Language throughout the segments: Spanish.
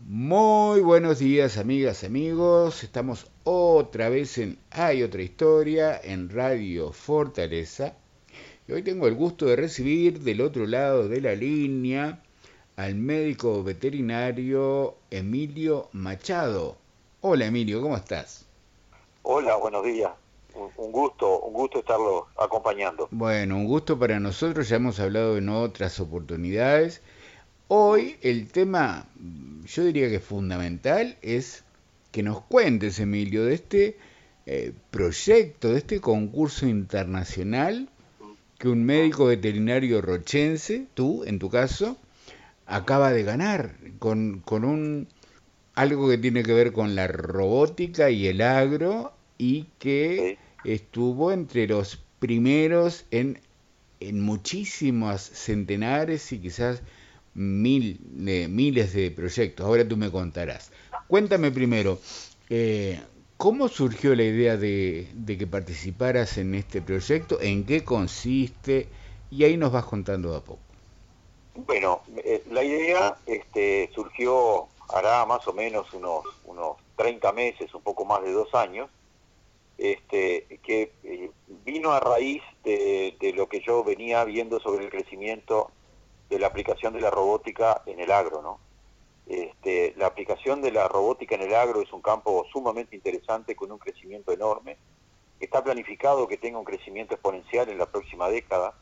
Muy buenos días, amigas, amigos. Estamos otra vez en Hay otra historia en Radio Fortaleza. Y hoy tengo el gusto de recibir del otro lado de la línea al médico veterinario Emilio Machado. Hola Emilio, ¿cómo estás? Hola, buenos días. Un gusto estarlo acompañando. Bueno, un gusto para nosotros, ya hemos hablado en otras oportunidades. Ujú. Hoy el tema, yo diría que fundamental, es que nos cuentes, Emilio, de este proyecto, de este concurso internacional que un Ujú. médico veterinario rochense, tú en tu caso, Ujú. acaba de ganar con algo que tiene que ver con la robótica y el agro y que Sí. estuvo entre los primeros en muchísimas centenares y quizás miles de proyectos. Ahora tú me contarás. Cuéntame primero, eh, ¿cómo surgió la idea de que participaras en este proyecto? ¿En qué consiste? Y ahí nos vas contando de a poco. Bueno, la idea surgió hará más o menos unos 30 meses, un poco más de 2 años, que vino a raíz de lo que yo venía viendo sobre el crecimiento de la aplicación de la robótica en el agro, ¿no? La aplicación de la robótica en el agro es un campo sumamente interesante con un crecimiento enorme. Está planificado que tenga un crecimiento exponencial en la próxima década.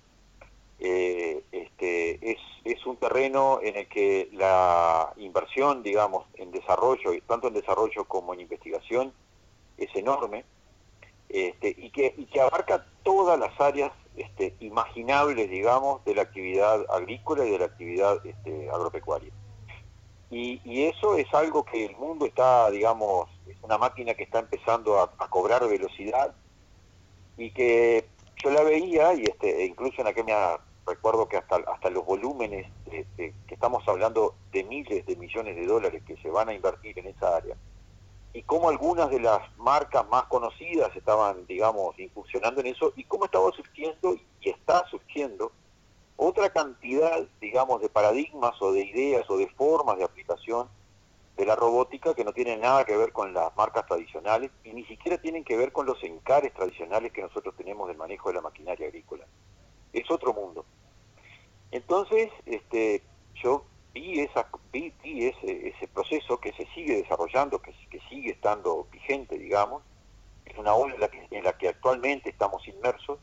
Es un terreno en el que la inversión, digamos, en desarrollo, tanto en desarrollo como en investigación, es enorme, y que abarca todas las áreas imaginables, digamos, de la actividad agrícola y de la actividad agropecuaria. Y eso es algo que el mundo está, digamos, es una máquina que está empezando a cobrar velocidad y que yo la veía e incluso en aquella recuerdo que hasta los volúmenes que estamos hablando de miles de millones de dólares que se van a invertir en esa área y cómo algunas de las marcas más conocidas estaban, digamos, incursionando en eso y cómo estaba surgiendo y está surgiendo otra cantidad, digamos, de paradigmas o de ideas o de formas de aplicación de la robótica que no tienen nada que ver con las marcas tradicionales y ni siquiera tienen que ver con los encares tradicionales que nosotros tenemos del manejo de la maquinaria agrícola. Es otro mundo. Entonces, yo vi ese proceso que se sigue desarrollando, que sigue estando vigente, digamos, es una ola en la que actualmente estamos inmersos,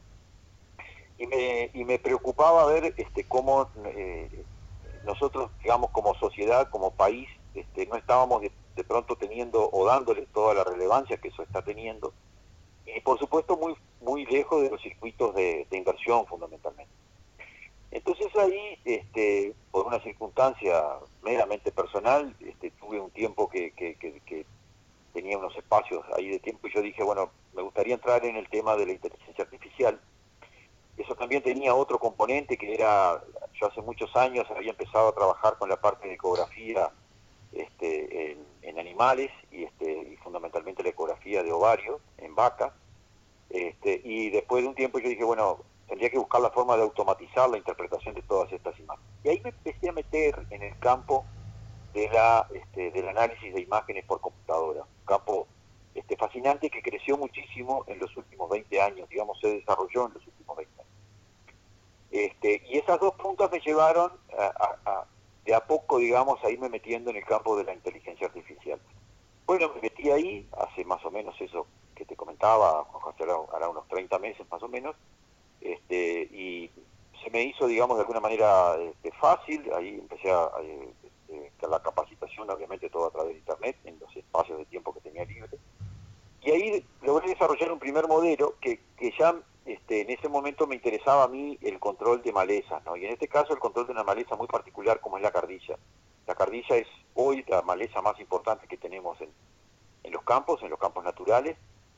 y me preocupaba ver cómo nosotros, digamos, como sociedad, como país, no estábamos de pronto teniendo o dándole toda la relevancia que eso está teniendo, y por supuesto muy lejos de los circuitos de inversión fundamentalmente. Entonces ahí, por una circunstancia meramente personal, tuve un tiempo que tenía unos espacios ahí de tiempo y yo dije, bueno, me gustaría entrar en el tema de la inteligencia artificial. Eso también tenía otro componente que era, yo hace muchos años había empezado a trabajar con la parte de ecografía en animales y fundamentalmente la ecografía de ovarios en vacas. Y después de un tiempo yo dije, bueno, tendría que buscar la forma de automatizar la interpretación de todas estas imágenes. Y ahí me empecé a meter en el campo del análisis de imágenes por computadora, un campo fascinante que creció muchísimo en los últimos 20 años, digamos, se desarrolló en los últimos 20 años. Y esas dos puntas me llevaron de a poco, digamos, a irme metiendo en el campo de la inteligencia artificial. Bueno, me metí ahí hace más o menos eso que te comentaba, hará unos 30 meses más o menos, y se me hizo, digamos, de alguna manera fácil. Ahí empecé la capacitación, obviamente todo a través de internet, en los espacios de tiempo que tenía libre. Y ahí logré desarrollar un primer modelo que ya en ese momento me interesaba a mí el control de malezas, ¿no? Y en este caso el control de una maleza muy particular como es la cardilla. La cardilla es hoy la maleza más importante que tenemos en los campos naturales.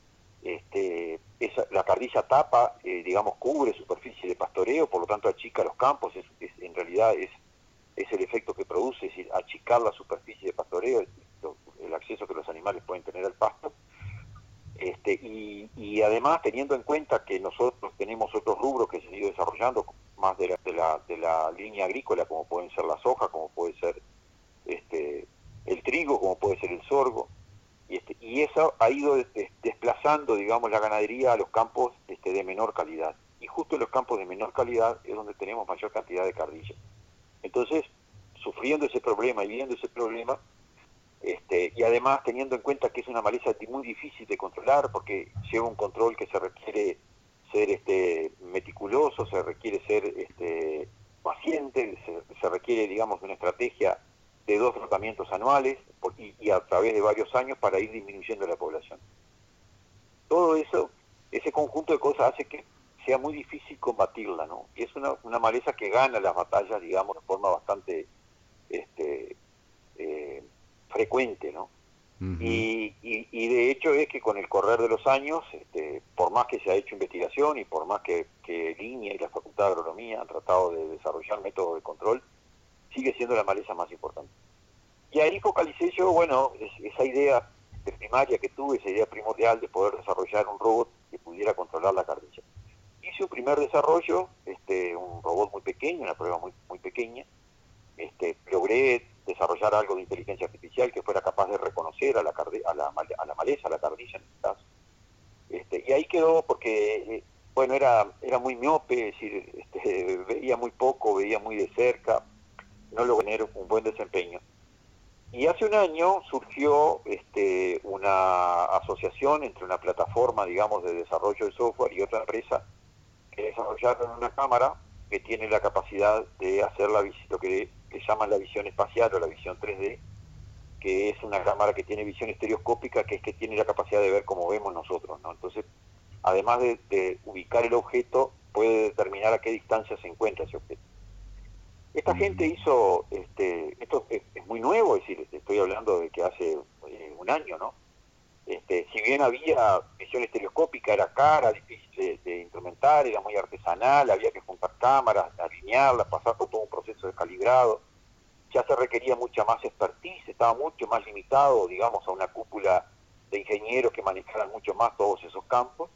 La cardilla tapa, digamos, cubre superficie de pastoreo, por lo tanto achica los campos, en realidad es el efecto que produce, es decir, achicar la superficie de pastoreo, el acceso que los animales pueden tener al pasto. Y además, teniendo en cuenta que nosotros tenemos otros rubros que se han ido desarrollando, más de la línea agrícola, como pueden ser la soja, como puede ser trigo, como puede ser el sorgo, y eso ha ido desplazando, digamos, la ganadería a los campos de menor calidad. Y justo en los campos de menor calidad es donde tenemos mayor cantidad de cardillas. Entonces, sufriendo ese problema y viendo ese problema, y además teniendo en cuenta que es una maleza muy difícil de controlar, porque lleva un control que se requiere ser meticuloso, se requiere ser paciente, se requiere, digamos, una estrategia de 2 tratamientos anuales y a través de varios años para ir disminuyendo la población. Todo eso, ese conjunto de cosas hace que sea muy difícil combatirla, ¿no? Y es una maleza que gana las batallas, digamos, de forma bastante frecuente, ¿no? Uh-huh. Y de hecho es que con el correr de los años, por más que se ha hecho investigación y por más que Línea y la Facultad de Agronomía han tratado de desarrollar métodos de control, sigue siendo la maleza más importante. Y ahí focalicé yo, bueno, esa idea de primaria que tuve, esa idea primordial de poder desarrollar un robot que pudiera controlar la cardilla. Hice un primer desarrollo, un robot muy pequeño, una prueba muy, muy pequeña. Logré desarrollar algo de inteligencia artificial que fuera capaz de reconocer a la maleza, a la cardilla en este caso. Y ahí quedó porque, bueno, era muy miope, es decir, veía muy poco, veía muy de cerca, no logré tener un buen desempeño. Y hace un año surgió una asociación entre una plataforma, digamos, de desarrollo de software y otra empresa que desarrollaron una cámara que tiene la capacidad de hacer lo que llaman la visión espacial o la visión 3D, que es una cámara que tiene visión estereoscópica, que es que tiene la capacidad de ver como vemos nosotros, ¿no? Entonces, además de ubicar el objeto, puede determinar a qué distancia se encuentra ese objeto. Esta gente hizo, esto es muy nuevo, es decir, estoy hablando de que hace un año, ¿no? Si bien había visión estereoscópica, era cara, difícil de instrumentar, era muy artesanal, había que juntar cámaras, alinearlas, pasar por todo un proceso de calibrado, ya se requería mucha más expertise, estaba mucho más limitado, digamos, a una cúpula de ingenieros que manejaran mucho más todos esos campos.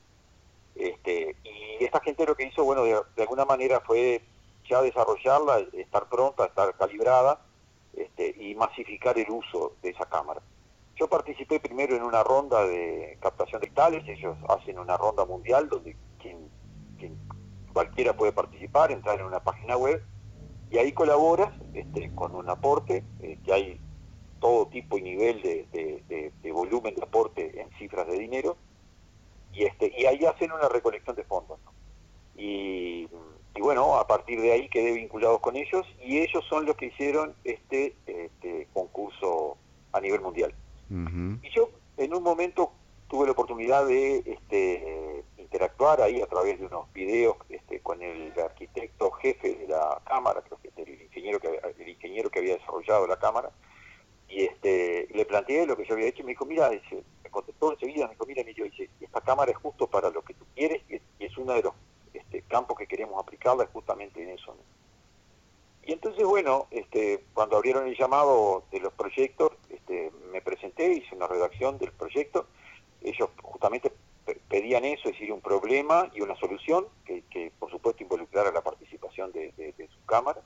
Y esta gente lo que hizo, bueno, de alguna manera fue ya desarrollarla, estar pronta, estar calibrada, y masificar el uso de esa cámara. Yo participé primero en una ronda de captación de cristales, ellos hacen una ronda mundial donde quien cualquiera puede participar, entrar en una página web, y ahí colaboras con un aporte, que hay todo tipo y nivel de volumen de aporte en cifras de dinero, y ahí hacen una recolección de fondos, ¿no? Y bueno, a partir de ahí quedé vinculado con ellos, y ellos son los que hicieron este concurso a nivel mundial. Uh-huh. Y yo en un momento tuve la oportunidad de interactuar ahí a través de unos videos con el arquitecto jefe de la cámara, creo que el ingeniero que había desarrollado la cámara, y le planteé lo que yo había hecho y me dijo, mira, me contestó enseguida, me dijo, mira, dice, esta cámara es justo para lo que tú quieres, y es uno de los campos que queremos aplicarla, es justamente en eso, ¿no? Y entonces, bueno, cuando abrieron el llamado de los proyectos, me presenté, hice una redacción del proyecto. Ellos justamente pedían eso, es decir, un problema y una solución que por supuesto involucrara la participación de su cámara.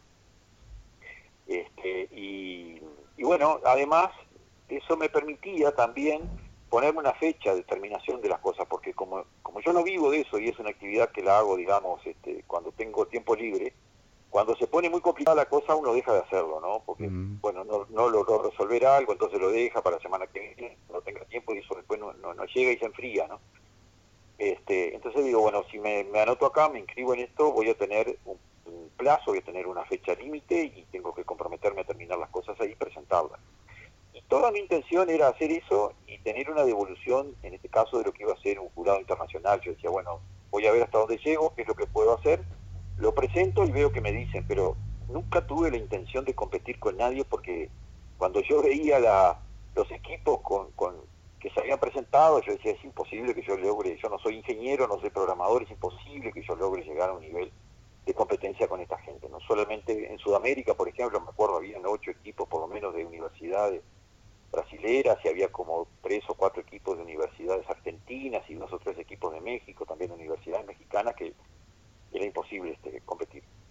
Y bueno, además, eso me permitía también ponerme una fecha de terminación de las cosas, porque como yo no vivo de eso y es una actividad que la hago, digamos, cuando tengo tiempo libre, cuando se pone muy complicada la cosa uno deja de hacerlo, ¿no? Porque, bueno, no logró resolver algo, entonces lo deja para la semana que viene, no tenga tiempo y eso después no llega y se enfría, ¿no? Entonces digo, bueno, si me anoto acá, me inscribo en esto, voy a tener un plazo, voy a tener una fecha límite y tengo que comprometerme a terminar las cosas ahí y presentarlas. Y toda mi intención era hacer eso y tener una devolución, en este caso, de lo que iba a ser un jurado internacional. Yo decía, bueno, voy a ver hasta dónde llego, qué es lo que puedo hacer, lo presento y veo que me dicen, pero nunca tuve la intención de competir con nadie, porque cuando yo veía los equipos que se habían presentado, yo decía, es imposible que yo logre, yo no soy ingeniero, no soy programador, es imposible que yo logre llegar a un nivel de competencia con esta gente, ¿no? Solamente en Sudamérica, por ejemplo, me acuerdo, habían 8 equipos por lo menos de universidades brasileras, y había como 3 o 4 equipos de universidades argentinas y unos o 3 equipos de México, también de universidades mexicanas, que era imposible competir.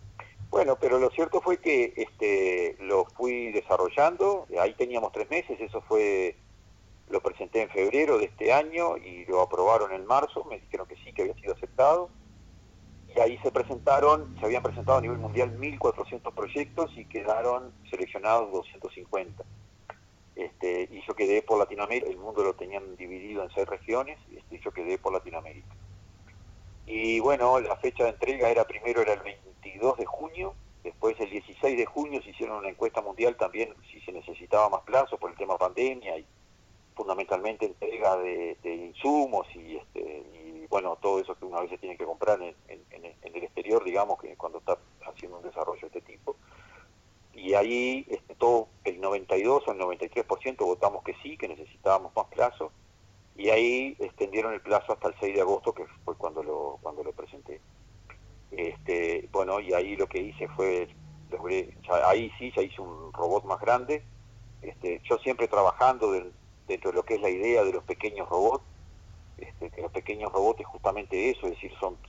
Bueno, pero lo cierto fue que lo fui desarrollando, ahí teníamos 3 meses, lo presenté en febrero de este año y lo aprobaron en marzo, me dijeron que sí, que había sido aceptado, y ahí se habían presentado a nivel mundial 1.400 proyectos y quedaron seleccionados 250. Y yo quedé por Latinoamérica, el mundo lo tenían dividido en 6 regiones, y yo quedé por Latinoamérica. Y bueno, la fecha de entrega primero era el 22 de junio, después el 16 de junio se hicieron una encuesta mundial también si se necesitaba más plazo por el tema pandemia y fundamentalmente entrega de insumos y bueno, todo eso que uno a veces tiene que comprar en el exterior, digamos, que cuando está haciendo un desarrollo de este tipo. Y ahí todo el 92 o el 93% votamos que sí, que necesitábamos más plazo, y ahí extendieron el plazo hasta el 6 de agosto, que fue cuando lo presenté. Bueno, y ahí lo que hice fue, ahí sí ya hice un robot más grande. Yo siempre trabajando dentro de lo que es la idea de los pequeños robots, que los pequeños robots es justamente eso, es decir, son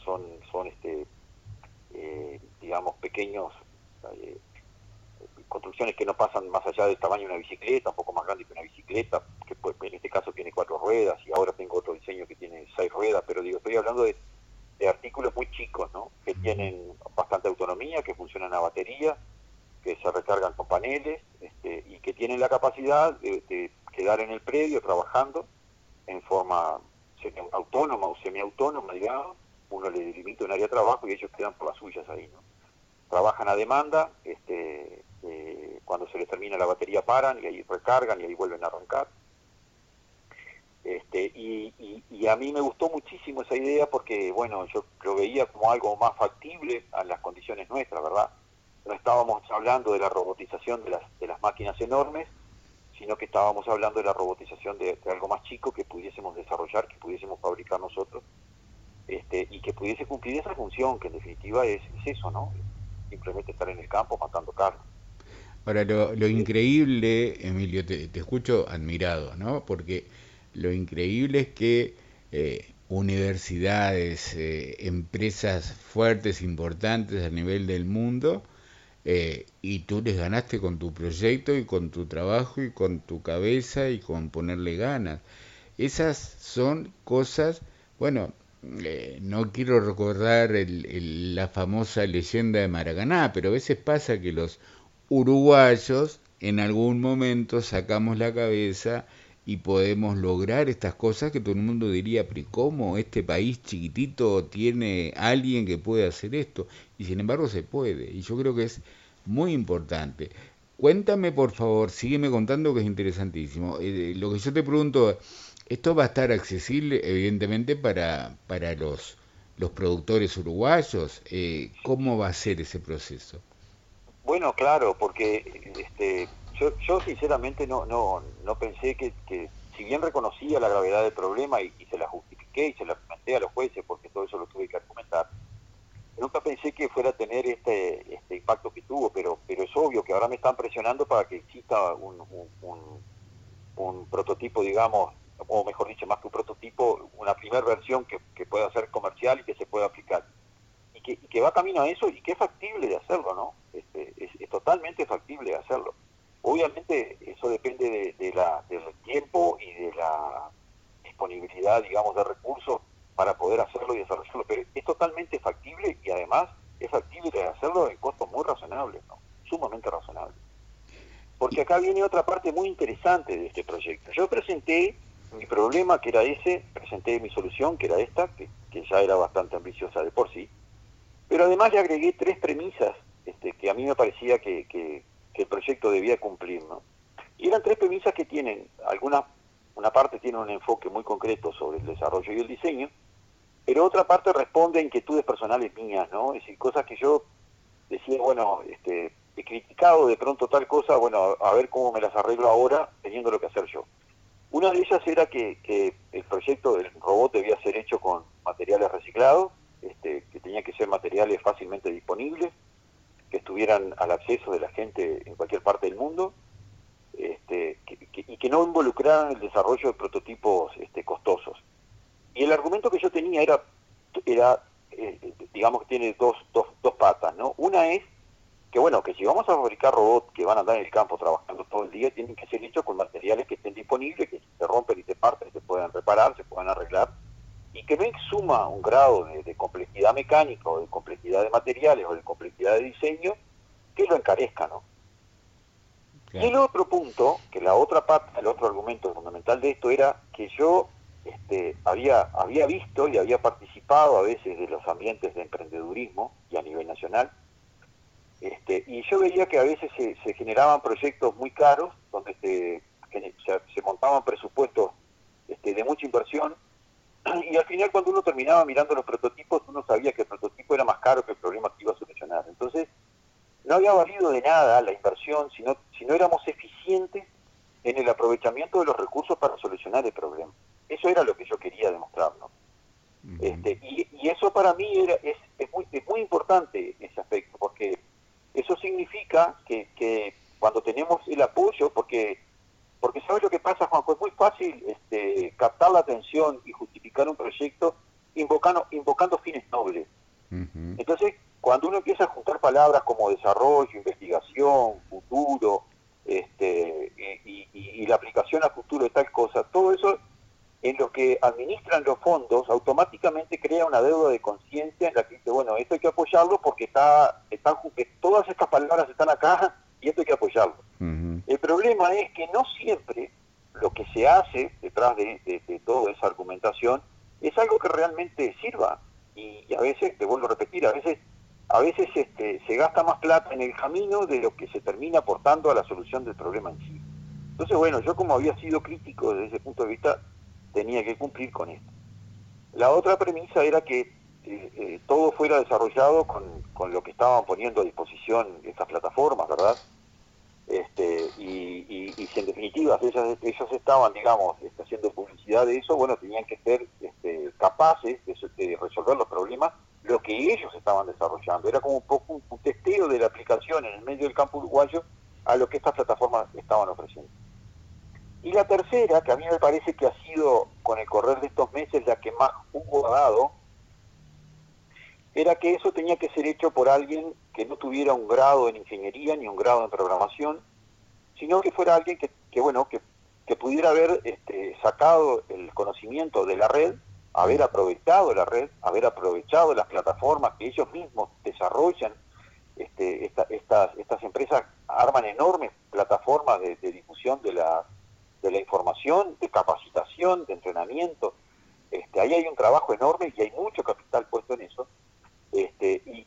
digamos, pequeños construcciones que no pasan más allá del tamaño de una bicicleta, un poco más grande que una bicicleta, que en este caso tiene 4 ruedas, y ahora tengo otro diseño que tiene 6 ruedas, pero estoy hablando de artículos muy chicos, ¿no? Que tienen bastante autonomía, que funcionan a batería, que se recargan con paneles, y que tienen la capacidad de quedar en el predio trabajando en forma autónoma o semiautónoma, digamos. Uno le delimita un área de trabajo y ellos quedan por las suyas ahí, ¿no? Trabajan a demanda, cuando se les termina la batería paran y ahí recargan y ahí vuelven a arrancar. Y a mí me gustó muchísimo esa idea porque, bueno, yo lo veía como algo más factible a las condiciones nuestras, ¿verdad? No estábamos hablando de la robotización de las máquinas enormes, sino que estábamos hablando de la robotización de algo más chico que pudiésemos desarrollar, que pudiésemos fabricar nosotros, y que pudiese cumplir esa función, que en definitiva es eso, ¿no? Simplemente estar en el campo matando carne. Ahora, lo increíble, Emilio, te escucho admirado, ¿no? Porque lo increíble es que universidades, empresas fuertes, importantes a nivel del mundo, y tú les ganaste con tu proyecto y con tu trabajo y con tu cabeza y con ponerle ganas. Esas son cosas, bueno, no quiero recordar la famosa leyenda de Maracaná, pero a veces pasa que los uruguayos en algún momento sacamos la cabeza y podemos lograr estas cosas que todo el mundo diría, pero ¿cómo este país chiquitito tiene alguien que puede hacer esto? Y sin embargo se puede, y yo creo que es muy importante. Cuéntame, por favor, sígueme contando que es interesantísimo. Lo que yo te pregunto, esto va a estar accesible, evidentemente, para los productores uruguayos. ¿Cómo va a ser ese proceso? Bueno, claro, porque yo sinceramente no pensé que si bien reconocía la gravedad del problema y se la justifiqué y se la comenté a los jueces, porque todo eso lo tuve que argumentar, nunca pensé que fuera a tener este impacto que tuvo, pero es obvio que ahora me están presionando para que exista un prototipo, digamos, o mejor dicho, más que un prototipo, una primera versión que pueda ser comercial y que se pueda aplicar. Y que va camino a eso y que es factible de hacerlo, ¿no? Es totalmente factible de hacerlo. Obviamente eso depende del tiempo y de la disponibilidad, digamos, de recursos para poder hacerlo y desarrollarlo, pero es totalmente factible y además es factible de hacerlo en costos muy razonables, ¿no? Sumamente razonables. Porque acá viene otra parte muy interesante de este proyecto. Yo presenté mi problema, que era ese, presenté mi solución, que era esta, que ya era bastante ambiciosa de por sí, pero además le agregué 3 premisas que a mí me parecía que el proyecto debía cumplir, ¿no? Y eran 3 premisas que tienen, una parte tiene un enfoque muy concreto sobre el desarrollo y el diseño, pero otra parte responde a inquietudes personales mías, ¿no? Es decir, cosas que yo decía, bueno, he criticado de pronto tal cosa, bueno, a ver cómo me las arreglo ahora teniendo lo que hacer yo. Una de ellas era que el proyecto del robot debía ser hecho con materiales reciclados, que tenía que ser materiales fácilmente disponibles, que estuvieran al acceso de la gente en cualquier parte del mundo, y que no involucraran el desarrollo de prototipos costosos. Y el argumento que yo tenía era digamos que tiene dos patas, ¿no? Una es bueno, que si vamos a fabricar robots que van a andar en el campo trabajando todo el día, tienen que ser hechos con materiales que estén disponibles, que si se rompen y se parten, se puedan reparar, se puedan arreglar, y que no exuma un grado de complejidad mecánica, o de complejidad de materiales, o de complejidad de diseño, que lo encarezca, ¿no? Claro. Y el otro punto, que la otra parte, el otro argumento fundamental de esto era que yo había visto y había participado a veces de los ambientes de emprendedurismo y a nivel nacional, y yo veía que a veces se generaban proyectos muy caros, donde se montaban presupuestos de mucha inversión, y al final cuando uno terminaba mirando los prototipos, uno sabía que el prototipo era más caro que el problema que iba a solucionar. Entonces, no había valido de nada la inversión si no éramos eficientes en el aprovechamiento de los recursos para solucionar el problema. Eso era lo que yo quería demostrar, ¿no? Y eso para mí es muy importante, ese aspecto, porque eso significa que cuando tenemos el apoyo, porque ¿sabes lo que pasa, Juanjo? Es muy fácil captar la atención y justificar un proyecto invocando fines nobles. Entonces, cuando uno empieza a juntar palabras como desarrollo, investigación, futuro, y la aplicación a futuro de tal cosa, todo eso en lo que administran los fondos automáticamente crea una deuda de conciencia en la que dice, bueno, esto hay que apoyarlo porque todas estas palabras están acá y esto hay que apoyarlo. El problema es que no siempre lo que se hace detrás de toda esa argumentación es algo que realmente sirva. Y a veces, te vuelvo a repetir, a veces se gasta más plata en el camino de lo que se termina aportando a la solución del problema en sí. Entonces, bueno, yo como había sido crítico desde ese punto de vista, tenía que cumplir con esto. La otra premisa era que todo fuera desarrollado con lo que estaban poniendo a disposición estas plataformas, ¿verdad? Y si en definitiva ellos estaban, digamos, haciendo publicidad de eso, bueno, tenían que ser capaces de resolver los problemas, lo que ellos estaban desarrollando. Era como un poco un testeo de la aplicación en el medio del campo uruguayo a lo que estas plataformas estaban ofreciendo. Y la tercera, que a mí me parece que ha sido, con el correr de estos meses, la que más jugo ha dado, era que eso tenía que ser hecho por alguien que no tuviera un grado en ingeniería ni un grado en programación, sino que fuera alguien que pudiera haber sacado el conocimiento de la red, haber aprovechado la red, haber aprovechado las plataformas que ellos mismos desarrollan. Estas empresas arman enormes plataformas de difusión de la información, de capacitación, de entrenamiento. Ahí hay un trabajo enorme y hay mucho capital puesto en eso. Y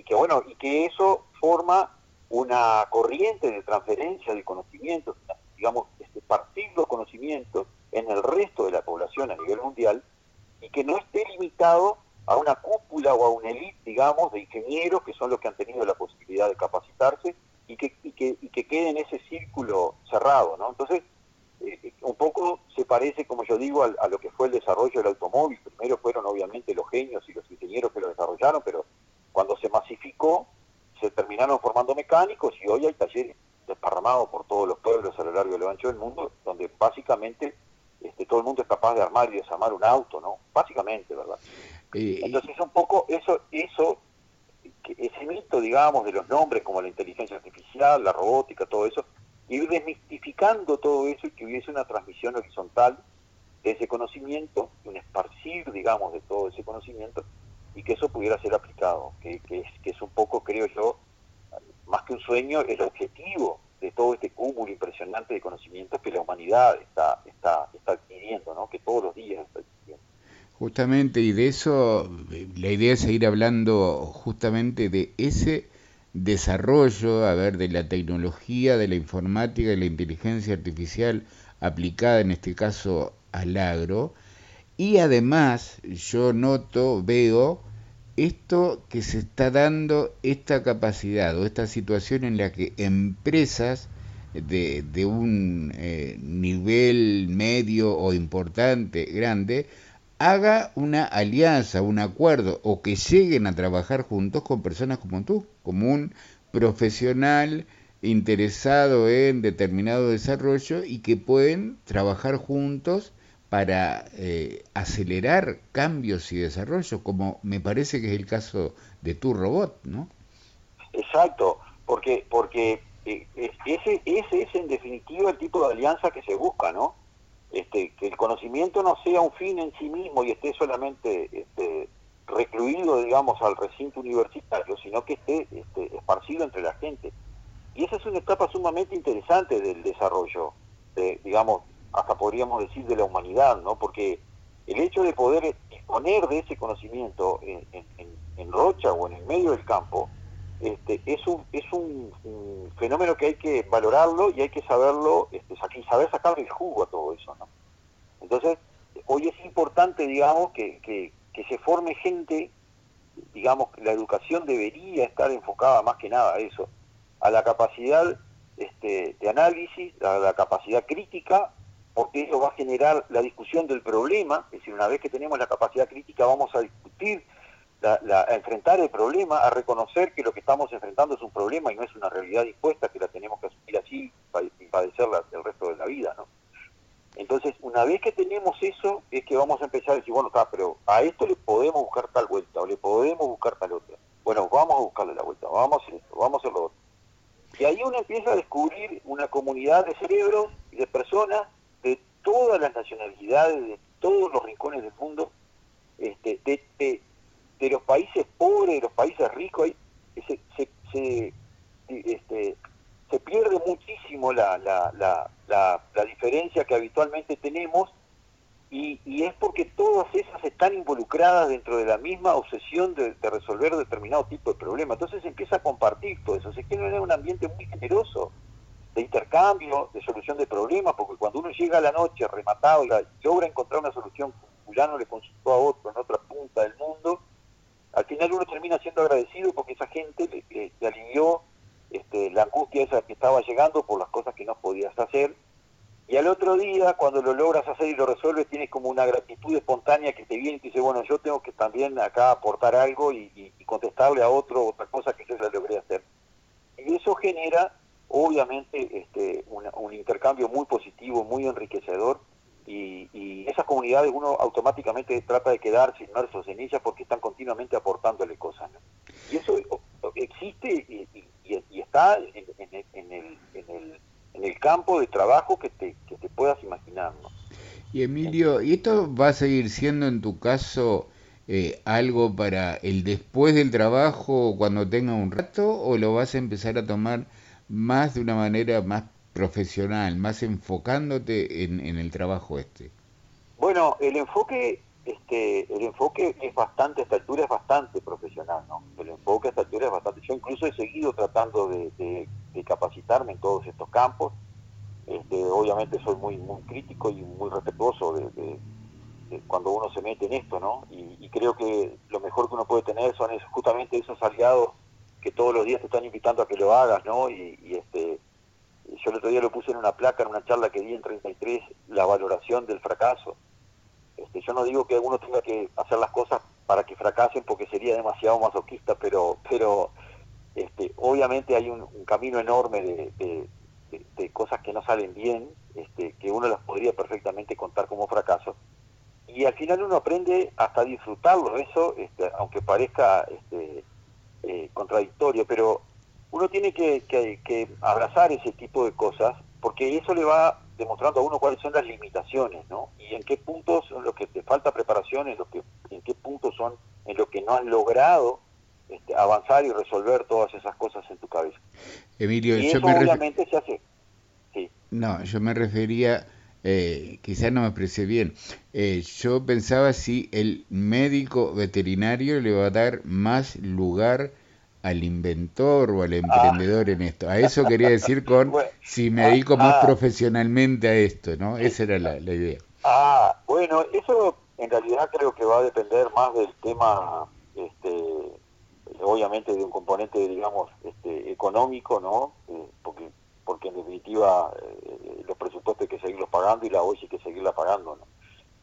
que eso forma una corriente de transferencia de conocimientos, digamos, partir los conocimientos en el resto de la población a nivel mundial, y que no esté limitado a una cúpula o a una élite, digamos, de ingenieros que son los que han tenido la posibilidad de capacitarse y que quede en ese círculo cerrado, ¿no? Entonces, un poco se parece, como yo digo, a lo que fue el desarrollo del automóvil. Primero fueron obviamente los genios y los ingenieros que lo desarrollaron, pero cuando se masificó, se terminaron formando mecánicos y hoy hay talleres desparramados por todos los pueblos a lo largo y a lo ancho del mundo, donde básicamente todo el mundo es capaz de armar y desarmar un auto, ¿no? Básicamente, ¿verdad? Entonces un poco ese mito, digamos, de los nombres como la inteligencia artificial, la robótica, todo eso, ir desmistificando todo eso y que hubiese una transmisión horizontal de ese conocimiento, un esparcir, digamos, de todo ese conocimiento, y que eso pudiera ser aplicado, que es un poco, creo yo, más que un sueño, el objetivo de todo este cúmulo impresionante de conocimientos que la humanidad está adquiriendo, ¿no? Que todos los días está adquiriendo. Justamente, y de eso, la idea es seguir hablando justamente de ese desarrollo, a ver, de la tecnología, de la informática, de la inteligencia artificial aplicada en este caso al agro. Y además yo veo esto que se está dando, esta capacidad o esta situación en la que empresas de un nivel medio o importante, grande, haga una alianza, un acuerdo, o que lleguen a trabajar juntos con personas como tú, como un profesional interesado en determinado desarrollo y que pueden trabajar juntos para acelerar cambios y desarrollos, como me parece que es el caso de tu robot, ¿no? Exacto. porque ese es en definitiva el tipo de alianza que se busca, ¿no? Que el conocimiento no sea un fin en sí mismo y esté solamente recluido, digamos, al recinto universitario, sino que esté esparcido entre la gente. Y esa es una etapa sumamente interesante del desarrollo, digamos, hasta podríamos decir de la humanidad, ¿no? Porque el hecho de poder disponer de ese conocimiento en Rocha o en el medio del campo, es un fenómeno que hay que valorarlo y hay que saberlo, saber sacar el jugo a todo eso, ¿no? Entonces, hoy es importante, digamos, que se forme gente, digamos, la educación debería estar enfocada más que nada a eso, a la capacidad de análisis, a la capacidad crítica, porque eso va a generar la discusión del problema. Es decir, una vez que tenemos la capacidad crítica vamos a discutir, a enfrentar el problema, a reconocer que lo que estamos enfrentando es un problema y no es una realidad dispuesta, que la tenemos que asumir así y padecerla el resto de la vida, ¿no? Entonces, una vez que tenemos eso, es que vamos a empezar a decir, bueno, pero a esto le podemos buscar tal vuelta, o le podemos buscar tal otra. Bueno, vamos a buscarle la vuelta, vamos a hacer esto, vamos a hacer lo otro. Y ahí uno empieza a descubrir una comunidad de cerebros y de personas de todas las nacionalidades, de todos los rincones del mundo, de los países pobres, de los países ricos. Se pierde muchísimo la diferencia que habitualmente tenemos, y es porque todas esas están involucradas dentro de la misma obsesión de resolver determinado tipo de problema. Entonces se empieza a compartir todo eso, se genera un ambiente muy generoso de intercambio, de solución de problemas, porque cuando uno llega a la noche rematado y logra encontrar una solución que fulano le consultó a otro en otra punta del mundo, al final uno termina siendo agradecido porque esa gente le alivió la angustia esa que estaba llegando por las cosas que no podías hacer, y al otro día, cuando lo logras hacer y lo resuelves, tienes como una gratitud espontánea que te viene y te dice, bueno, yo tengo que también acá aportar algo y contestarle a otro otra cosa que yo ya logré hacer. Y eso genera, obviamente, un intercambio muy positivo, muy enriquecedor, y esas comunidades uno automáticamente trata de quedarse inmersos en ellas porque están continuamente aportándole cosas, ¿no? Y eso existe y está en el campo de trabajo que te puedas imaginar, ¿no? Y Emilio, ¿y esto va a seguir siendo en tu caso algo para el después del trabajo, cuando tenga un rato, o lo vas a empezar a tomar más de una manera más profesional, más enfocándote en el trabajo este? Bueno, el enfoque es bastante, a esta altura es bastante profesional, ¿no? El enfoque a esta altura es bastante. Yo incluso he seguido tratando de capacitarme en todos estos campos. Obviamente soy muy crítico y muy respetuoso de cuando uno se mete en esto, ¿no? Y creo que lo mejor que uno puede tener son justamente esos aliados que todos los días te están invitando a que lo hagas, ¿no? Yo el otro día lo puse en una placa, en una charla que di en 33, la valoración del fracaso. Yo no digo que uno tenga que hacer las cosas para que fracasen porque sería demasiado masoquista, pero obviamente hay un camino enorme de cosas que no salen bien, que uno las podría perfectamente contar como fracaso, y al final uno aprende hasta a disfrutarlo, eso, aunque parezca contradictorio, pero uno tiene que abrazar ese tipo de cosas, porque eso le va demostrando a uno cuáles son las limitaciones, ¿no? Y en qué puntos son los que te falta preparación, en qué puntos son en los que no has logrado avanzar y resolver todas esas cosas en tu cabeza. Emilio, Y eso obviamente se hace. Sí. No, yo me refería, quizás no me expresé bien, yo pensaba si el médico veterinario le va a dar más lugar al inventor o al emprendedor en esto. A eso quería decir con Bueno, si me dedico más profesionalmente a esto, ¿no? sí. Esa era la idea. Bueno, eso en realidad creo que va a depender más del tema, obviamente de un componente, digamos, económico, ¿no? Porque en definitiva los presupuestos hay que seguirlos pagando y la OIS hay que seguirla pagando, ¿no?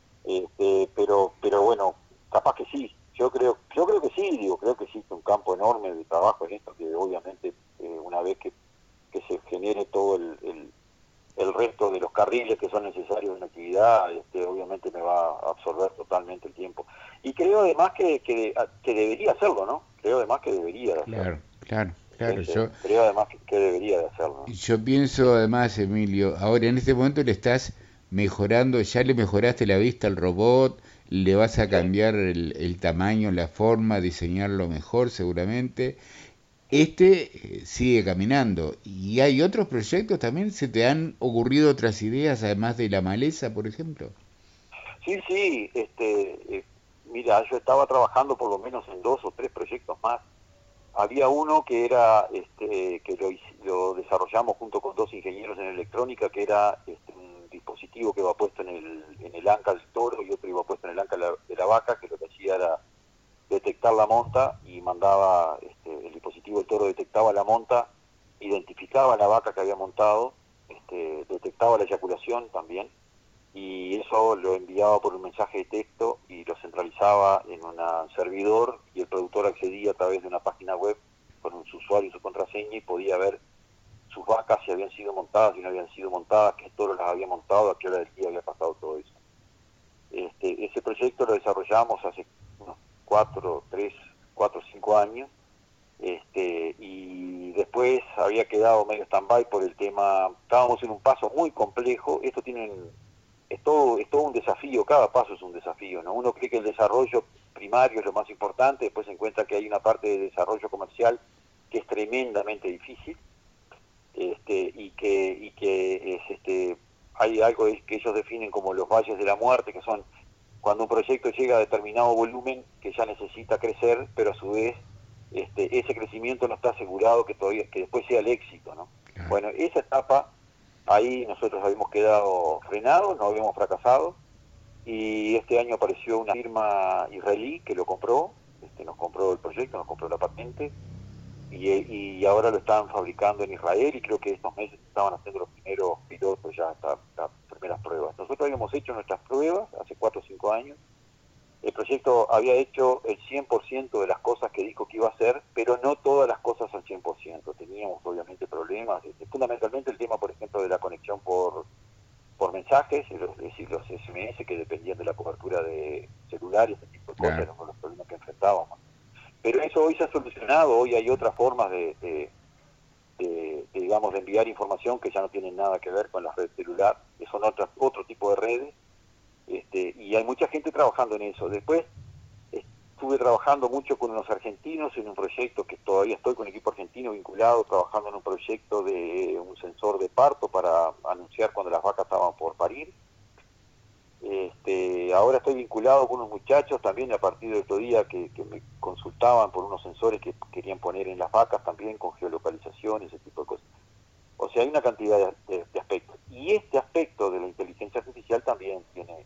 Pero bueno, capaz que sí. Yo creo que sí, creo que existe un campo enorme de trabajo en esto, que obviamente una vez que se genere todo el resto de los carriles que son necesarios en la actividad, obviamente me va a absorber totalmente el tiempo. Y creo además que debería hacerlo, ¿no? Creo además que debería hacerlo. Claro, claro. Claro, creo además que debería de hacerlo, ¿no? yo pienso además, Emilio, ahora en este momento le estás mejorando, ya le mejoraste la vista al robot, le vas a Sí, cambiar el tamaño, la forma, diseñarlo mejor seguramente. Este sigue caminando. ¿Y hay otros proyectos también? ¿Se te han ocurrido otras ideas además de la maleza, por ejemplo? sí, sí, mira, yo estaba trabajando por lo menos en 2 o 3 proyectos más. Había uno que era, que lo desarrollamos junto con 2 ingenieros en electrónica, que era un dispositivo que iba puesto en el anca del toro y otro iba puesto en el anca de la vaca, que lo que hacía era detectar la monta y mandaba, el dispositivo del toro detectaba la monta, identificaba la vaca que había montado, detectaba la eyaculación también, y eso lo enviaba por un mensaje de texto y lo centralizaba en un servidor, y el productor accedía a través de una página web con su usuario y su contraseña y podía ver sus vacas, si habían sido montadas, si no habían sido montadas, qué toro las había montado, a qué hora del día había pasado todo eso. Ese proyecto lo desarrollamos hace unos 4 o 5 años, y después había quedado medio stand-by por el tema. Estábamos en un paso muy complejo. Es todo un desafío, cada paso es un desafío, ¿no? Uno cree que el desarrollo primario es lo más importante, después se encuentra que hay una parte de desarrollo comercial que es tremendamente difícil, y que hay algo que ellos definen como los valles de la muerte, que son cuando un proyecto llega a determinado volumen que ya necesita crecer, pero a su vez ese crecimiento no está asegurado que después sea el éxito, ¿no? Claro. Bueno, esa etapa, ahí nosotros habíamos quedado frenados, no habíamos fracasado, y este año apareció una firma israelí que lo compró, nos compró el proyecto, nos compró la patente, y ahora lo están fabricando en Israel, y creo que estos meses estaban haciendo los primeros pilotos, ya las primeras pruebas. Nosotros habíamos hecho nuestras pruebas hace 4 o 5 años. El proyecto había hecho el 100% de las cosas que dijo que iba a hacer, pero no todas las cosas al 100%. Teníamos obviamente problemas, fundamentalmente el tema, por ejemplo, de la conexión por mensajes, es decir, los SMS que dependían de la cobertura de celulares, ese tipo de cosas, Claro. eran los problemas que enfrentábamos. Pero eso hoy se ha solucionado, hoy hay otras formas digamos, de enviar información que ya no tienen nada que ver con las redes celular, que son otro tipo de redes, y hay mucha gente trabajando en eso. Después estuve trabajando mucho con unos argentinos en un proyecto que todavía estoy con el equipo argentino vinculado, trabajando en un proyecto de un sensor de parto para anunciar cuando las vacas estaban por parir. Ahora estoy vinculado con unos muchachos también a partir de estos días que me consultaban por unos sensores que querían poner en las vacas también con geolocalización, ese tipo de cosas. O sea, hay una cantidad de aspectos. Y este aspecto de la inteligencia artificial también tiene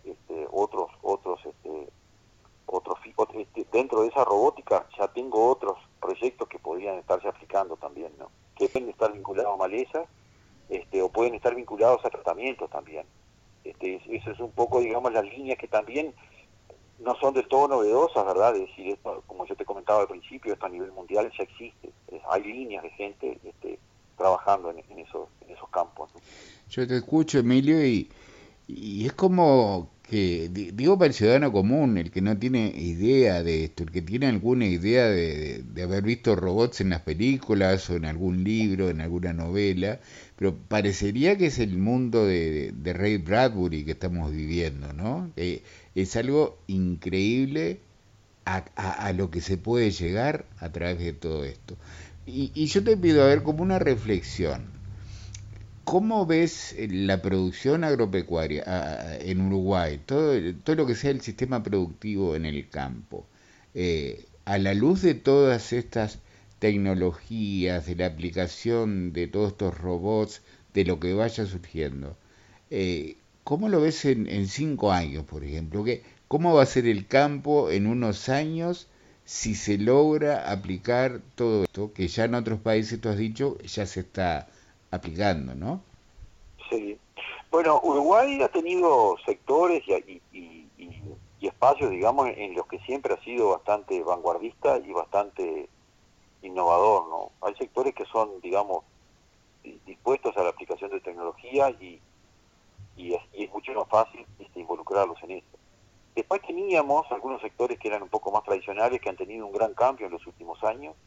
dentro de esa robótica ya tengo otros proyectos que podrían estarse aplicando también, ¿no? Que pueden estar vinculados a malezas, o pueden estar vinculados a tratamientos también. Eso es un poco, digamos, las líneas que también no son del todo novedosas, ¿verdad? Es decir, esto, como yo te comentaba al principio, esto a nivel mundial ya existe. Hay líneas de gente trabajando en esos campos, ¿no? Yo te escucho, Emilio, y es como que, digo para el ciudadano común, el que no tiene idea de esto, el que tiene alguna idea de haber visto robots en las películas o en algún libro, en alguna novela, pero parecería que es el mundo de Ray Bradbury que estamos viviendo, ¿no? Es algo increíble a lo que se puede llegar a través de todo esto. Y yo te pido, a ver, como una reflexión. ¿Cómo ves la producción agropecuaria en Uruguay? Todo lo que sea el sistema productivo en el campo. A la luz de todas estas tecnologías, de la aplicación de todos estos robots, de lo que vaya surgiendo. ¿Cómo lo ves en 5 años, por ejemplo? ¿Cómo va a ser el campo en unos años si se logra aplicar todo esto, que ya en otros países, tú has dicho, ya se está aplicando, ¿no? Sí. Bueno, Uruguay ha tenido sectores y espacios, digamos, en los que siempre ha sido bastante vanguardista y bastante innovador, ¿no? Hay sectores que son, digamos, dispuestos a la aplicación de tecnología, y es mucho más fácil involucrarlos en esto. Después teníamos algunos sectores que eran un poco más tradicionales, que han tenido un gran cambio en los últimos años,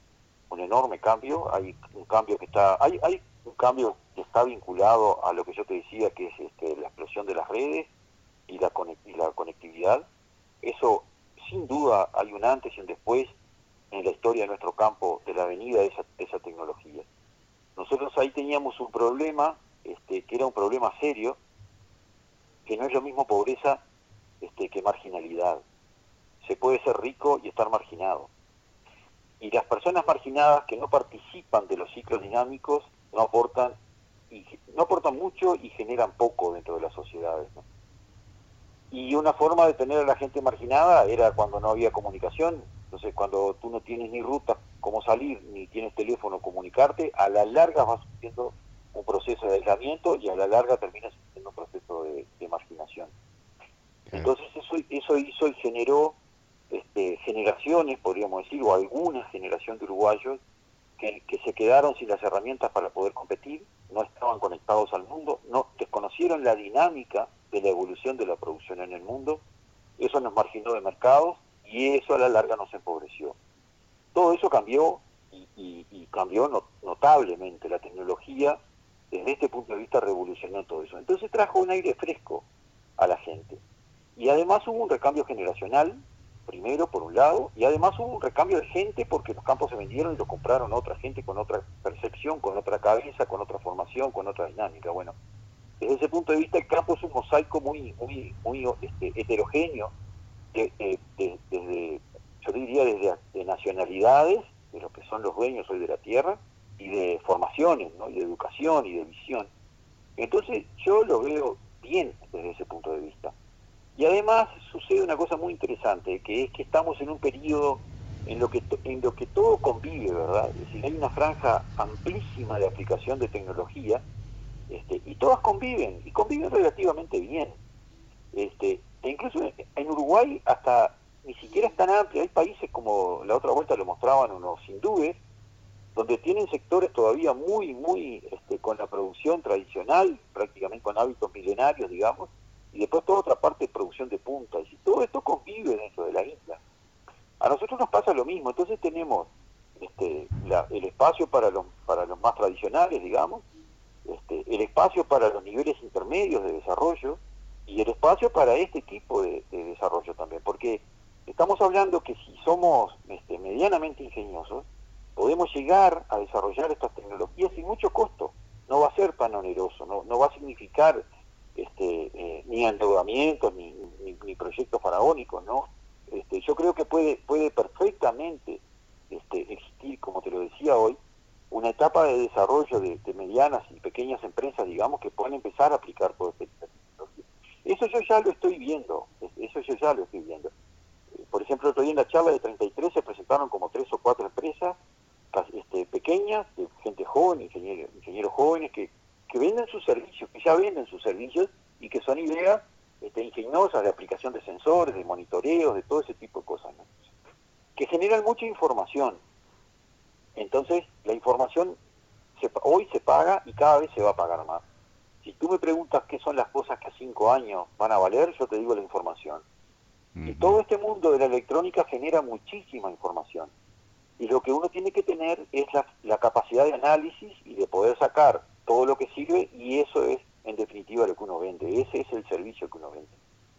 un enorme cambio. Hay un cambio que está, hay un cambio que está vinculado a lo que yo te decía, que es la explosión de las redes y la conectividad. Eso, sin duda, hay un antes y un después en la historia de nuestro campo de la venida de esa tecnología. Nosotros ahí teníamos un problema, que era un problema serio, que no es lo mismo pobreza que marginalidad. Se puede ser rico y estar marginado. Y las personas marginadas que no participan de los ciclos dinámicos no aportan mucho y generan poco dentro de las sociedades, ¿no? Y una forma de tener a la gente marginada era cuando no había comunicación. Entonces, cuando tú no tienes ni ruta cómo salir, ni tienes teléfono comunicarte, a la larga vas sufriendo un proceso de aislamiento y a la larga terminas sufriendo un proceso de marginación. Entonces eso hizo y generó generaciones, podríamos decir, o alguna generación de uruguayos que se quedaron sin las herramientas para poder competir, no estaban conectados al mundo, no desconocieron la dinámica de la evolución de la producción en el mundo. Eso nos marginó de mercados y eso a la larga nos empobreció. Todo eso cambió y cambió notablemente. La tecnología, desde este punto de vista, revolucionó todo eso. Entonces trajo un aire fresco a la gente. Y además hubo un recambio generacional, primero por un lado, y además hubo un recambio de gente porque los campos se vendieron y los compraron otra gente con otra percepción, con otra cabeza, con otra formación, con otra dinámica. Bueno, desde ese punto de vista el campo es un mosaico muy heterogéneo, desde, yo diría, de nacionalidades, de lo que son los dueños hoy de la tierra, y de formaciones, ¿no? Y de educación y de visión. Entonces yo lo veo bien desde ese punto de vista. Y además sucede una cosa muy interesante, que es que estamos en un periodo en lo que todo convive, ¿verdad? Es decir, hay una franja amplísima de aplicación de tecnología, y todas conviven, y conviven relativamente bien. E incluso en Uruguay hasta ni siquiera es tan amplia. Hay países, como la otra vuelta lo mostraban unos hindúes, donde tienen sectores todavía muy con la producción tradicional, prácticamente con hábitos milenarios, digamos, y después toda otra parte de producción de punta. Y todo esto convive dentro de la isla. A nosotros nos pasa lo mismo. Entonces tenemos el espacio para los más tradicionales, digamos, el espacio para los niveles intermedios de desarrollo y el espacio para este tipo de desarrollo también, porque estamos hablando que si somos medianamente ingeniosos, podemos llegar a desarrollar estas tecnologías sin mucho costo. No va a ser tan oneroso, no va a significar ni endeudamientos ni proyectos faraónicos, ¿no? Yo creo que puede perfectamente existir, como te lo decía hoy, una etapa de desarrollo de medianas y pequeñas empresas, digamos, que pueden empezar a aplicar todo este tecnología. Eso yo ya lo estoy viendo. Por ejemplo, otro día en la charla de 33 se presentaron como 3 o 4 empresas pequeñas, de gente joven, ingenieros jóvenes que venden sus servicios, que ya venden sus servicios y que son ideas ingeniosas de aplicación de sensores, de monitoreos, de todo ese tipo de cosas, ¿no? Que generan mucha información. Entonces, la información hoy se paga y cada vez se va a pagar más. Si tú me preguntas qué son las cosas que a 5 años van a valer, yo te digo la información. Y todo este mundo de la electrónica genera muchísima información. Y lo que uno tiene que tener es la capacidad de análisis y de poder sacar todo lo que sirve, y eso es, en definitiva, lo que uno vende. Ese es el servicio que uno vende.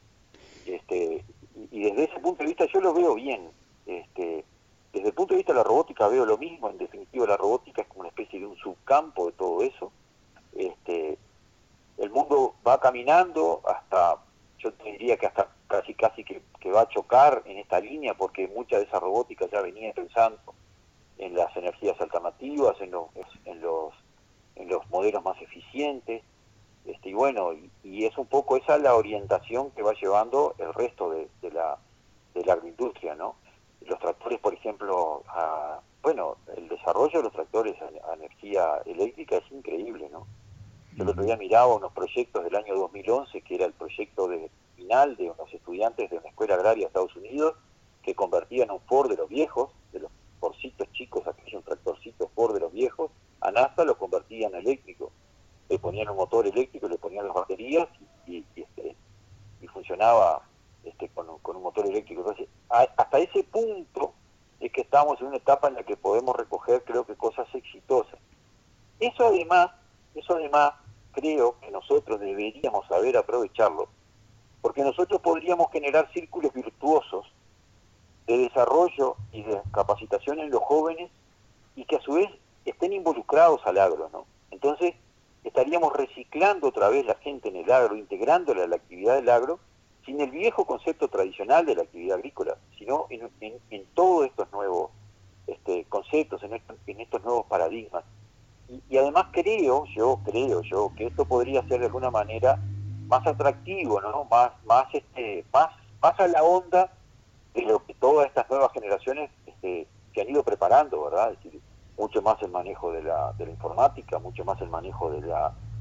Y desde ese punto de vista yo lo veo bien. Desde el punto de vista de la robótica veo lo mismo. En definitiva, la robótica es como una especie de un subcampo de todo eso. El mundo va caminando hasta, yo te diría que hasta casi que va a chocar en esta línea, porque mucha de esa robótica ya venía pensando en las energías alternativas, en los modelos más eficientes, y bueno, y es un poco esa la orientación que va llevando el resto de la agroindustria, ¿no? Los tractores, por ejemplo, el desarrollo de los tractores a energía eléctrica es increíble, ¿no? Yo el otro día miraba unos proyectos del año 2011, que era el proyecto final de unos estudiantes de una escuela agraria de Estados Unidos, que convertían un Ford de los viejos, de los Fordcitos chicos, aquellos tractorcitos Ford de los viejos, a nafta, los convertían a eléctrico. Le ponían un motor eléctrico, le ponían las baterías y funcionaba con un motor eléctrico. Entonces, hasta ese punto es que estamos en una etapa en la que podemos recoger, creo que, cosas exitosas. Eso además, creo que nosotros deberíamos saber aprovecharlo, porque nosotros podríamos generar círculos virtuosos de desarrollo y de capacitación en los jóvenes y que a su vez estén involucrados al agro, ¿no? Entonces estaríamos reciclando otra vez la gente en el agro, integrándola a la actividad del agro, sin el viejo concepto tradicional de la actividad agrícola, sino en todos estos nuevos conceptos, en estos nuevos paradigmas. Y además creo yo que esto podría ser de alguna manera más atractivo, ¿no? Más a la onda de lo que todas estas nuevas generaciones se han ido preparando, ¿verdad? Es decir, mucho más el manejo de la informática, mucho más el manejo de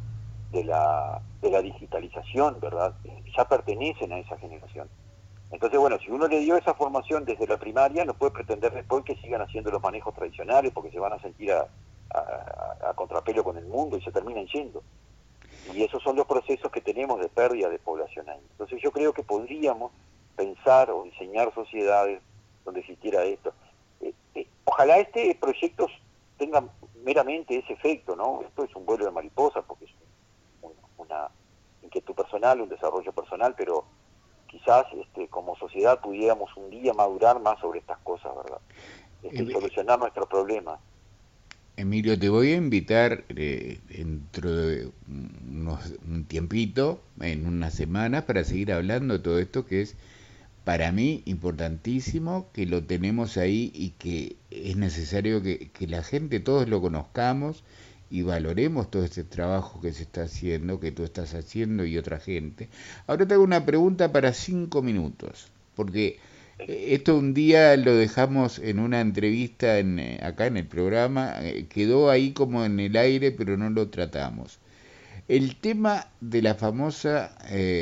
la digitalización, ¿verdad? Ya pertenecen a esa generación. Entonces, bueno, si uno le dio esa formación desde la primaria, no puede pretender después que sigan haciendo los manejos tradicionales porque se van a sentir a contrapelo con el mundo y se terminan yendo. Y esos son los procesos que tenemos de pérdida de población ahí. Entonces yo creo que podríamos pensar o diseñar sociedades donde existiera esto. Ojalá este proyecto tenga meramente ese efecto, ¿no? Esto es un vuelo de mariposa porque es una inquietud personal, un desarrollo personal, pero quizás como sociedad pudiéramos un día madurar más sobre estas cosas, ¿verdad? Y solucionar nuestros problemas. Emilio, te voy a invitar dentro de un tiempito, en unas semanas, para seguir hablando de todo esto que es para mí importantísimo, que lo tenemos ahí y que es necesario que la gente, todos lo conozcamos y valoremos todo este trabajo que se está haciendo, que tú estás haciendo y otra gente. Ahora te hago una pregunta para 5 minutos, porque esto un día lo dejamos en una entrevista acá en el programa, quedó ahí como en el aire, pero no lo tratamos. El tema de la famosa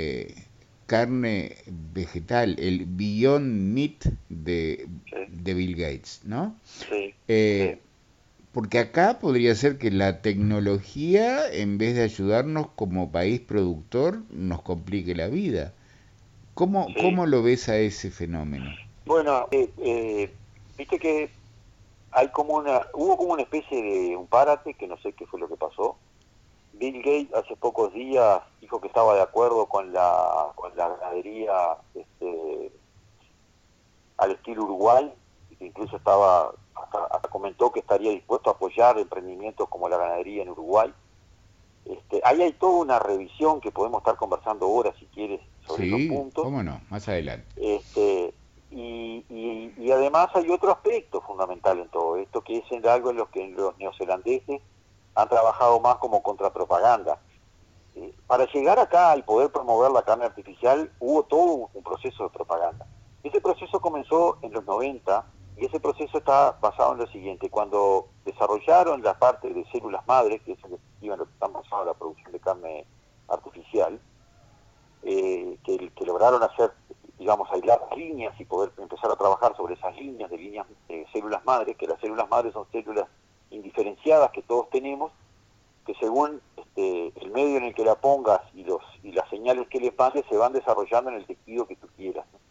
carne vegetal, el Beyond Meat de Bill Gates, ¿no? Sí. Porque acá podría ser que la tecnología, en vez de ayudarnos como país productor, nos complique la vida. ¿Cómo lo ves a ese fenómeno? Bueno, viste que hubo como una especie de un parate, que no sé qué fue lo que pasó. Bill Gates hace pocos días dijo que estaba de acuerdo con la ganadería al estilo Uruguay, y que incluso hasta comentó que estaría dispuesto a apoyar emprendimientos como la ganadería en Uruguay. Ahí hay toda una revisión que podemos estar conversando ahora, si quieres, sobre esos puntos. Cómo no, más adelante. Y además hay otro aspecto fundamental en todo esto, que es algo en lo que los neozelandeses han trabajado más como contrapropaganda. Para llegar acá y poder promover la carne artificial hubo todo un proceso de propaganda. Ese proceso comenzó en los 90 y ese proceso está basado en lo siguiente: cuando desarrollaron la parte de células madres, que es en definitiva lo que están basado en la producción de carne artificial, que lograron hacer, digamos, aislar las líneas y poder empezar a trabajar sobre esas líneas de células madres, que las células madres son células indiferenciadas que todos tenemos, que según el medio en el que la pongas y las señales que le mandes se van desarrollando en el tejido que tú quieras, ¿no?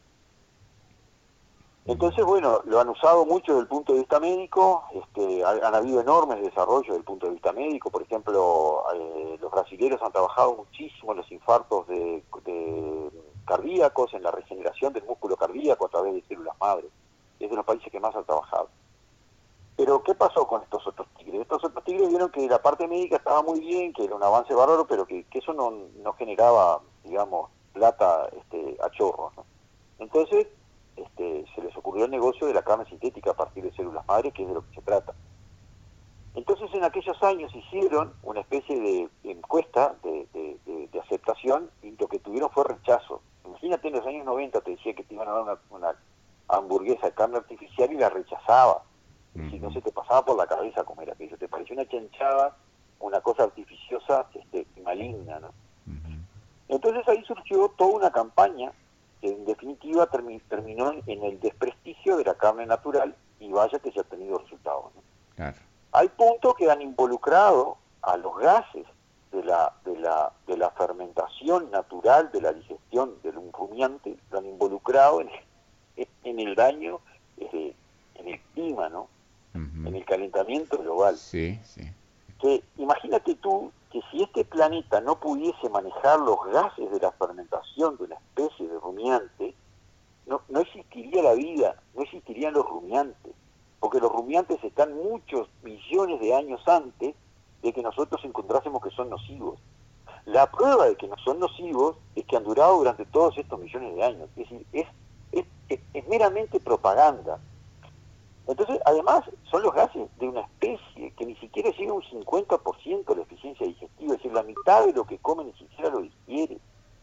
Entonces, bueno, lo han usado mucho desde el punto de vista médico, han habido enormes desarrollos desde el punto de vista médico. Por ejemplo, los brasileños han trabajado muchísimo en los infartos de cardíacos, en la regeneración del músculo cardíaco a través de células madres. Es de los países que más han trabajado. Pero, ¿qué pasó con estos otros tigres? Estos otros tigres vieron que la parte médica estaba muy bien, que era un avance bárbaro, pero que eso no generaba, digamos, plata a chorros, ¿no? Entonces, se les ocurrió el negocio de la carne sintética a partir de células madres, que es de lo que se trata. Entonces, en aquellos años hicieron una especie de encuesta de aceptación, y lo que tuvieron fue rechazo. Imagínate, en los años 90 te decía que te iban a dar una hamburguesa de carne artificial y la rechazaba. Si no se te pasaba por la cabeza comer aquello, te pareció una chanchada, una cosa artificiosa y maligna, ¿no? Entonces ahí surgió toda una campaña que en definitiva terminó en el desprestigio de la carne natural, y vaya que se ha tenido resultados, ¿no? Claro. Hay puntos que han involucrado a los gases de la fermentación natural, de la digestión de un rumiante, lo han involucrado en el daño, en el estima, ¿no? Ujú. En el calentamiento global. Sí, sí. Que imagínate tú que si este planeta no pudiese manejar los gases de la fermentación de una especie de rumiante, no existiría la vida, no existirían los rumiantes, porque los rumiantes están muchos millones de años antes de que nosotros encontrásemos que son nocivos. La prueba de que no son nocivos es que han durado durante todos estos millones de años. Es decir, es meramente propaganda. Entonces, además, son los gases de una especie que ni siquiera llega a un 50% de la eficiencia digestiva, es decir, la mitad de lo que come ni siquiera lo digiere.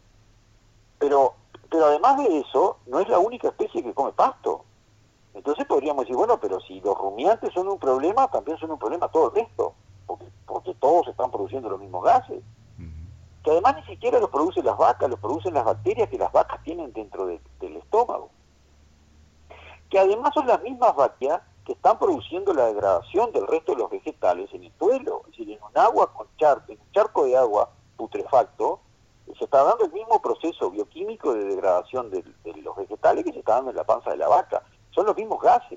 Pero además de eso, no es la única especie que come pasto. Entonces podríamos decir, bueno, pero si los rumiantes son un problema, también son un problema todo el resto, porque todos están produciendo los mismos gases, que además ni siquiera los producen las vacas, los producen las bacterias que las vacas tienen dentro del estómago, que además son las mismas bacterias que están produciendo la degradación del resto de los vegetales en el suelo, es decir, en un agua con charco, en un charco de agua putrefacto, se está dando el mismo proceso bioquímico de degradación de los vegetales que se está dando en la panza de la vaca. Son los mismos gases.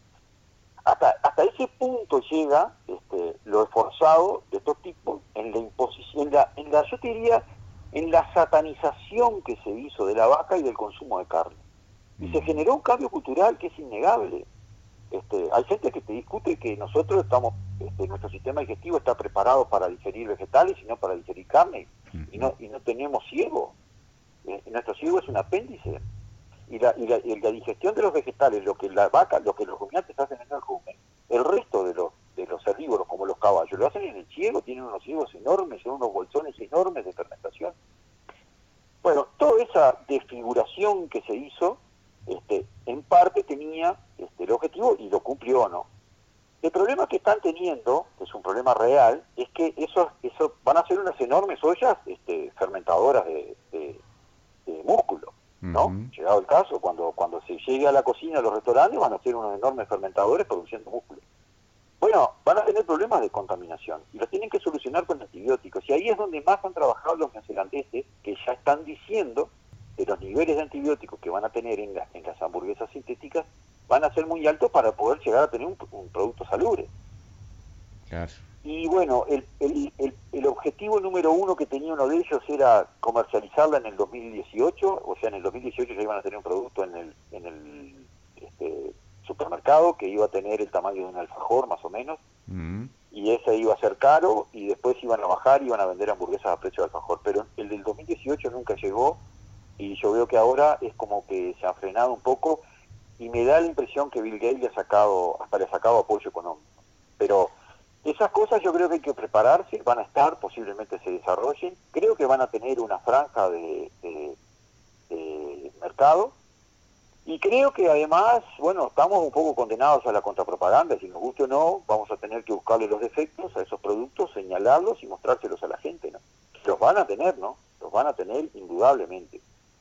Hasta ese punto llega lo esforzado de estos tipos en la imposición, yo te diría, en la satanización que se hizo de la vaca y del consumo de carne. Y se generó un cambio cultural que es innegable. Hay gente que te discute que nosotros nuestro sistema digestivo está preparado para digerir vegetales y no para digerir carne, y no tenemos ciego. Nuestro ciego es un apéndice. Y la digestión de los vegetales, lo que la vaca, lo que los rumiantes hacen en el rumen, el resto de los herbívoros, como los caballos, lo hacen en el ciego, tienen unos ciegos enormes, son unos bolsones enormes de fermentación. Bueno, toda esa desfiguración que se hizo, en parte tenía el objetivo y lo cumplió, ¿no? El problema que están teniendo, que es un problema real, es que eso van a ser unas enormes ollas fermentadoras de músculo, ¿no? Llegado el caso, cuando se llegue a la cocina, a los restaurantes, van a ser unos enormes fermentadores produciendo músculo. Bueno, van a tener problemas de contaminación y los tienen que solucionar con antibióticos. Y ahí es donde más han trabajado los neozelandeses, que ya están diciendo que los niveles de antibióticos que van a tener en las hamburguesas sintéticas van a ser muy altos para poder llegar a tener un producto salubre. Claro. Y bueno, el objetivo número uno que tenía uno de ellos era comercializarla en el 2018, o sea, en el 2018 ya iban a tener un producto en el supermercado que iba a tener el tamaño de un alfajor más o menos, y ese iba a ser caro, y después iban a bajar y iban a vender hamburguesas a precio de alfajor, pero el del 2018 nunca llegó, y yo veo que ahora es como que se ha frenado un poco, y me da la impresión que Bill Gates le ha sacado apoyo económico. Pero esas cosas yo creo que hay que prepararse, van a estar, posiblemente se desarrollen, creo que van a tener una franja de mercado, y creo que además, bueno, estamos un poco condenados a la contrapropaganda, si nos gusta o no, vamos a tener que buscarle los defectos a esos productos, señalarlos y mostrárselos a la gente, ¿no? Los van a tener, ¿no? Los van a tener indudablemente.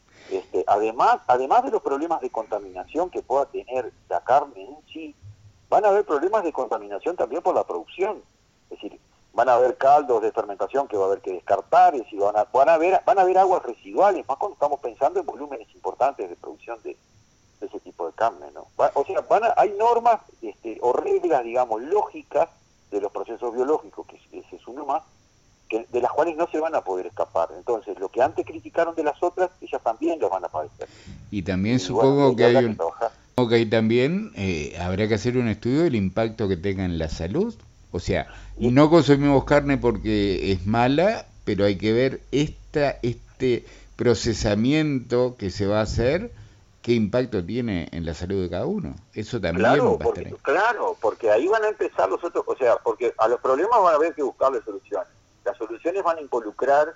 Además de los problemas de contaminación que pueda tener la carne en sí, van a haber problemas de contaminación también por la producción. Es decir, van a haber caldos de fermentación que va a haber que descartar, es decir, van a haber aguas residuales, más cuando estamos pensando en volúmenes importantes de producción de ese tipo de carne, ¿no? Hay normas o reglas, digamos, lógicas de los procesos biológicos, que ese es uno más, de las cuales no se van a poder escapar. Entonces, lo que antes criticaron de las otras, ellas también lo van a padecer. Y también supongo que hay también habrá que hacer un estudio del impacto que tenga en la salud. O sea, no consumimos carne porque es mala, pero hay que ver este procesamiento que se va a hacer, qué impacto tiene en la salud de cada uno. Eso también Claro, porque ahí van a empezar los otros, o sea, porque a los problemas van a haber que buscarle soluciones. Las soluciones van a involucrar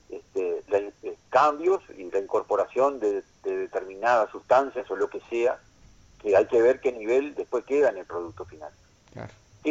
cambios y la incorporación de determinadas sustancias o lo que sea, que hay que ver qué nivel después queda en el producto final. Claro.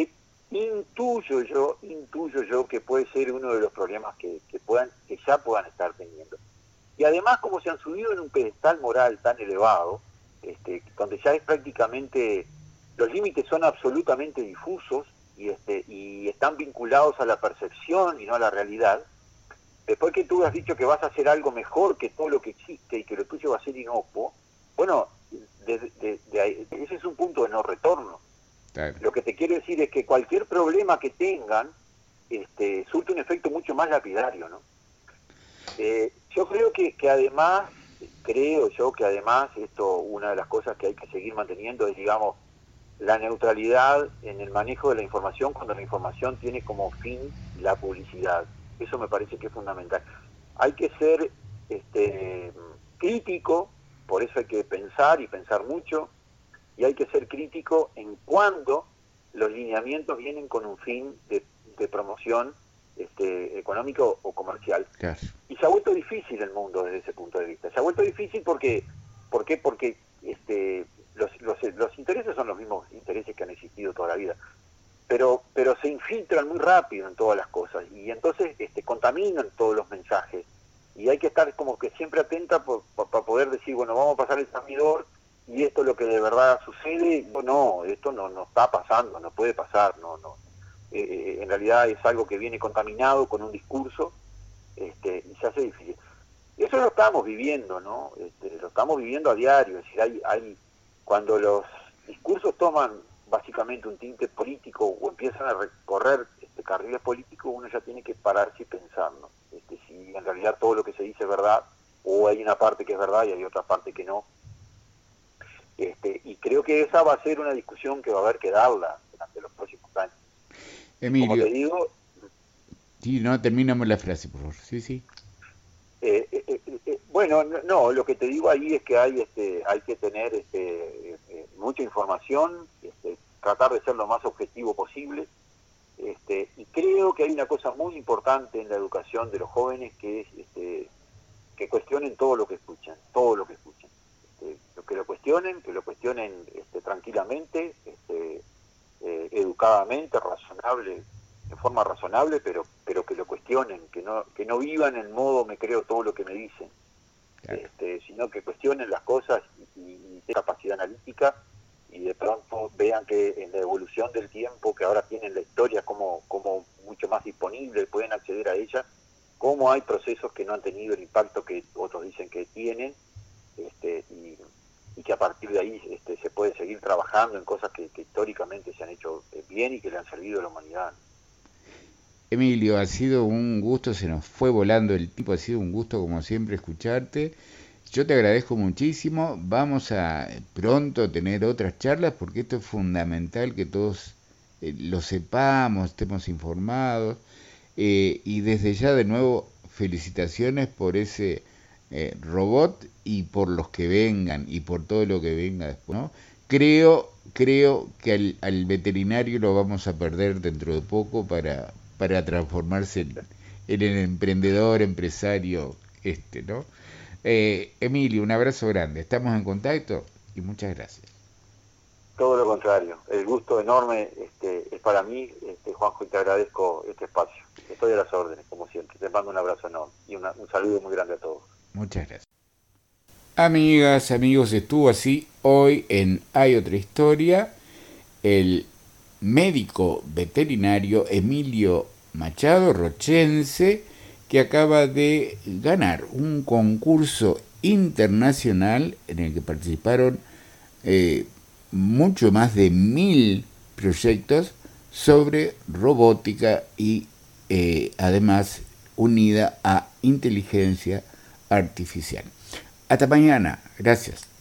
Intuyo yo que puede ser uno de los problemas que ya puedan estar teniendo. Y además, como se han subido en un pedestal moral tan elevado, donde ya es prácticamente, los límites son absolutamente difusos y están vinculados a la percepción y no a la realidad, después que tú has dicho que vas a hacer algo mejor que todo lo que existe y que lo tuyo va a ser inocuo, bueno, ese es un punto de no retorno. Claro. Lo que te quiero decir es que cualquier problema que tengan surte un efecto mucho más lapidario, ¿no? Yo creo que además, esto, una de las cosas que hay que seguir manteniendo es, digamos, la neutralidad en el manejo de la información cuando la información tiene como fin la publicidad. Eso me parece que es fundamental. Hay que ser crítico, por eso hay que pensar y pensar mucho, y hay que ser crítico en cuando los lineamientos vienen con un fin de promoción económico o comercial. Claro. Y se ha vuelto difícil el mundo desde ese punto de vista. Se ha vuelto difícil porque los intereses son los mismos intereses que han existido toda la vida, pero se infiltran muy rápido en todas las cosas y entonces contaminan todos los mensajes y hay que estar como que siempre atenta para poder decir, bueno, vamos a pasar el servidor y esto es lo que de verdad sucede. No, esto no está pasando, no puede pasar, no. En realidad es algo que viene contaminado con un discurso y se hace difícil. Y eso lo estamos viviendo, ¿no? Lo estamos viviendo a diario, es decir, hay cuando los discursos toman básicamente un tinte político o empiezan a recorrer carriles políticos, uno ya tiene que pararse y pensar, ¿no? Si en realidad todo lo que se dice es verdad, o hay una parte que es verdad y hay otra parte que no. Y creo que esa va a ser una discusión que va a haber que darla durante los próximos años. Emilio. Como te digo... Sí, no, terminamos la frase, por favor. Sí. Bueno, no, lo que te digo ahí es que hay que tener mucha información, tratar de ser lo más objetivo posible, y creo que hay una cosa muy importante en la educación de los jóvenes que es que cuestionen todo lo que escuchan, que lo cuestionen tranquilamente, educadamente, razonable, en forma razonable, pero que lo cuestionen, que no vivan en modo me creo todo lo que me dicen, claro. Sino que cuestionen las cosas y tengan capacidad analítica y de pronto vean que en la evolución del tiempo, que ahora tienen la historia como mucho más disponible, pueden acceder a ella, cómo hay procesos que no han tenido el impacto que otros dicen que tienen, y que a partir de ahí se puede seguir trabajando en cosas que históricamente se han hecho bien y que le han servido a la humanidad. Emilio, ha sido un gusto, se nos fue volando el tiempo, ha sido un gusto como siempre escucharte. Yo te agradezco muchísimo, vamos a pronto tener otras charlas porque esto es fundamental que todos lo sepamos, estemos informados, y desde ya de nuevo felicitaciones por ese robot y por los que vengan y por todo lo que venga después, ¿no? Creo que al veterinario lo vamos a perder dentro de poco para transformarse en el emprendedor, empresario, ¿no? Emilio, un abrazo grande, estamos en contacto y muchas gracias. Todo lo contrario, el gusto enorme es para mí, Juanjo, y te agradezco este espacio. Estoy a las órdenes, como siempre. Te mando un abrazo enorme y un saludo muy grande a todos. Muchas gracias. Amigas, amigos, estuvo así hoy en Hay Otra Historia el médico veterinario Emilio Machado, rochense, que acaba de ganar un concurso internacional en el que participaron mucho más de 1000 proyectos sobre robótica y además unida a inteligencia artificial. Hasta mañana. Gracias.